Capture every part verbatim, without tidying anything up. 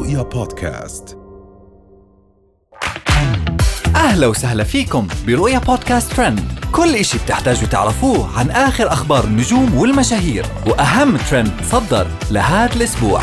رؤيا بودكاست. أهلا وسهلا فيكم برؤيا بودكاست ترند، كل إشي بتحتاجوا تعرفوه عن آخر أخبار النجوم والمشاهير وأهم ترند صدر لهذا الأسبوع.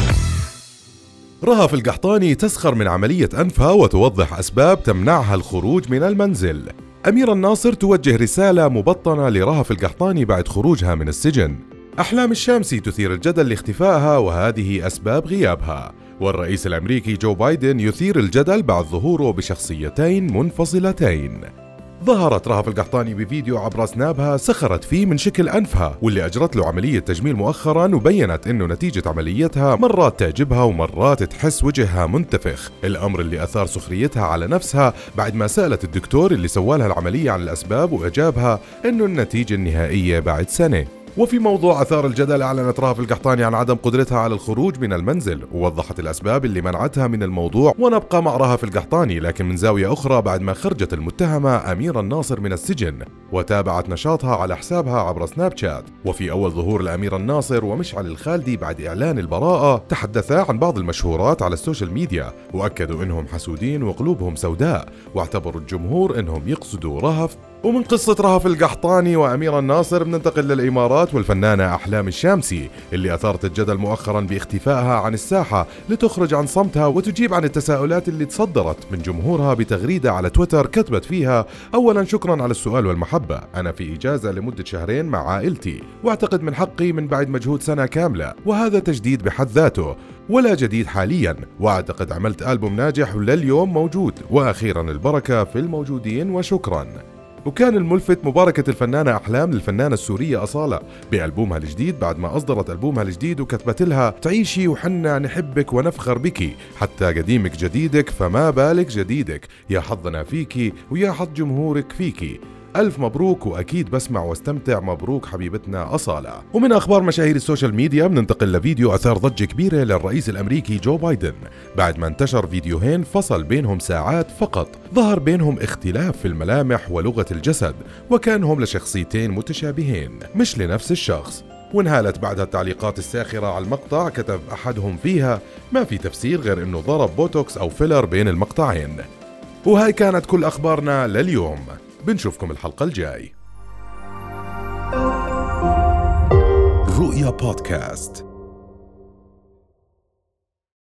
رهف القحطاني تسخر من عملية أنفها وتوضح أسباب تمنعها الخروج من المنزل. أميرة الناصر توجه رسالة مبطنة لرهف القحطاني بعد خروجها من السجن. أحلام الشامسي تثير الجدل لاختفائها وهذه أسباب غيابها. والرئيس الأمريكي جو بايدن يثير الجدل بعد ظهوره بشخصيتين منفصلتين. ظهرت رهف القحطاني بفيديو عبر سنابها سخرت فيه من شكل أنفها واللي أجرت له عملية تجميل مؤخرا، وبينت إنه نتيجة عمليتها مرات تعجبها ومرات تحس وجهها منتفخ، الأمر اللي أثار سخريتها على نفسها بعد ما سألت الدكتور اللي سوالها العملية عن الأسباب وأجابها إنه النتيجة النهائية بعد سنة. وفي موضوع أثار الجدل، أعلنت رهف القحطاني عن عدم قدرتها على الخروج من المنزل ووضحت الأسباب اللي منعتها من الموضوع. ونبقى مع رهف القحطاني لكن من زاوية أخرى بعد ما خرجت المتهمة أميرة الناصر من السجن وتابعت نشاطها على حسابها عبر سناب شات. وفي أول ظهور لأميرة الناصر ومشعل الخالدي بعد إعلان البراءة تحدثا عن بعض المشهورات على السوشيال ميديا وأكدوا إنهم حسودين وقلوبهم سوداء، واعتبروا الجمهور إنهم يقصدوا رهف. ومن قصة رهف القحطاني وأميرة الناصر بننتقل للإمارات والفنانة أحلام الشامسي اللي أثارت الجدل مؤخرا باختفائها عن الساحة لتخرج عن صمتها وتجيب عن التساؤلات اللي تصدرت من جمهورها بتغريدة على تويتر كتبت فيها: أولا شكرا على السؤال والمحبة، أنا في إجازة لمدة شهرين مع عائلتي واعتقد من حقي من بعد مجهود سنة كاملة، وهذا تجديد بحد ذاته ولا جديد حاليا، واعتقد عملت ألبوم ناجح ولليوم موجود، وأخيرا البركة في الموجودين وشكرا. وكان الملفت مباركة الفنانة أحلام للفنانة السورية أصالة بألبومها الجديد بعد ما أصدرت ألبومها الجديد، وكتبت لها: تعيشي وحنا نحبك ونفخر بك، حتى قديمك جديدك فما بالك جديدك، يا حظنا فيكي ويا حظ جمهورك فيكي، ألف مبروك وأكيد بسمع واستمتع، مبروك حبيبتنا أصالة. ومن أخبار مشاهير السوشيال ميديا بننتقل لفيديو أثار ضجة كبيرة للرئيس الأمريكي جو بايدن بعد ما انتشر فيديوهين فصل بينهم ساعات فقط، ظهر بينهم اختلاف في الملامح ولغة الجسد وكانهم لشخصيتين متشابهين مش لنفس الشخص. وانهالت بعدها التعليقات الساخرة على المقطع، كتب أحدهم فيها: ما في تفسير غير إنه ضرب بوتوكس أو فيلر بين المقطعين. وهاي كانت كل أخبارنا لليوم، بنشوفكم الحلقة الجاي. رؤيا بودكاست.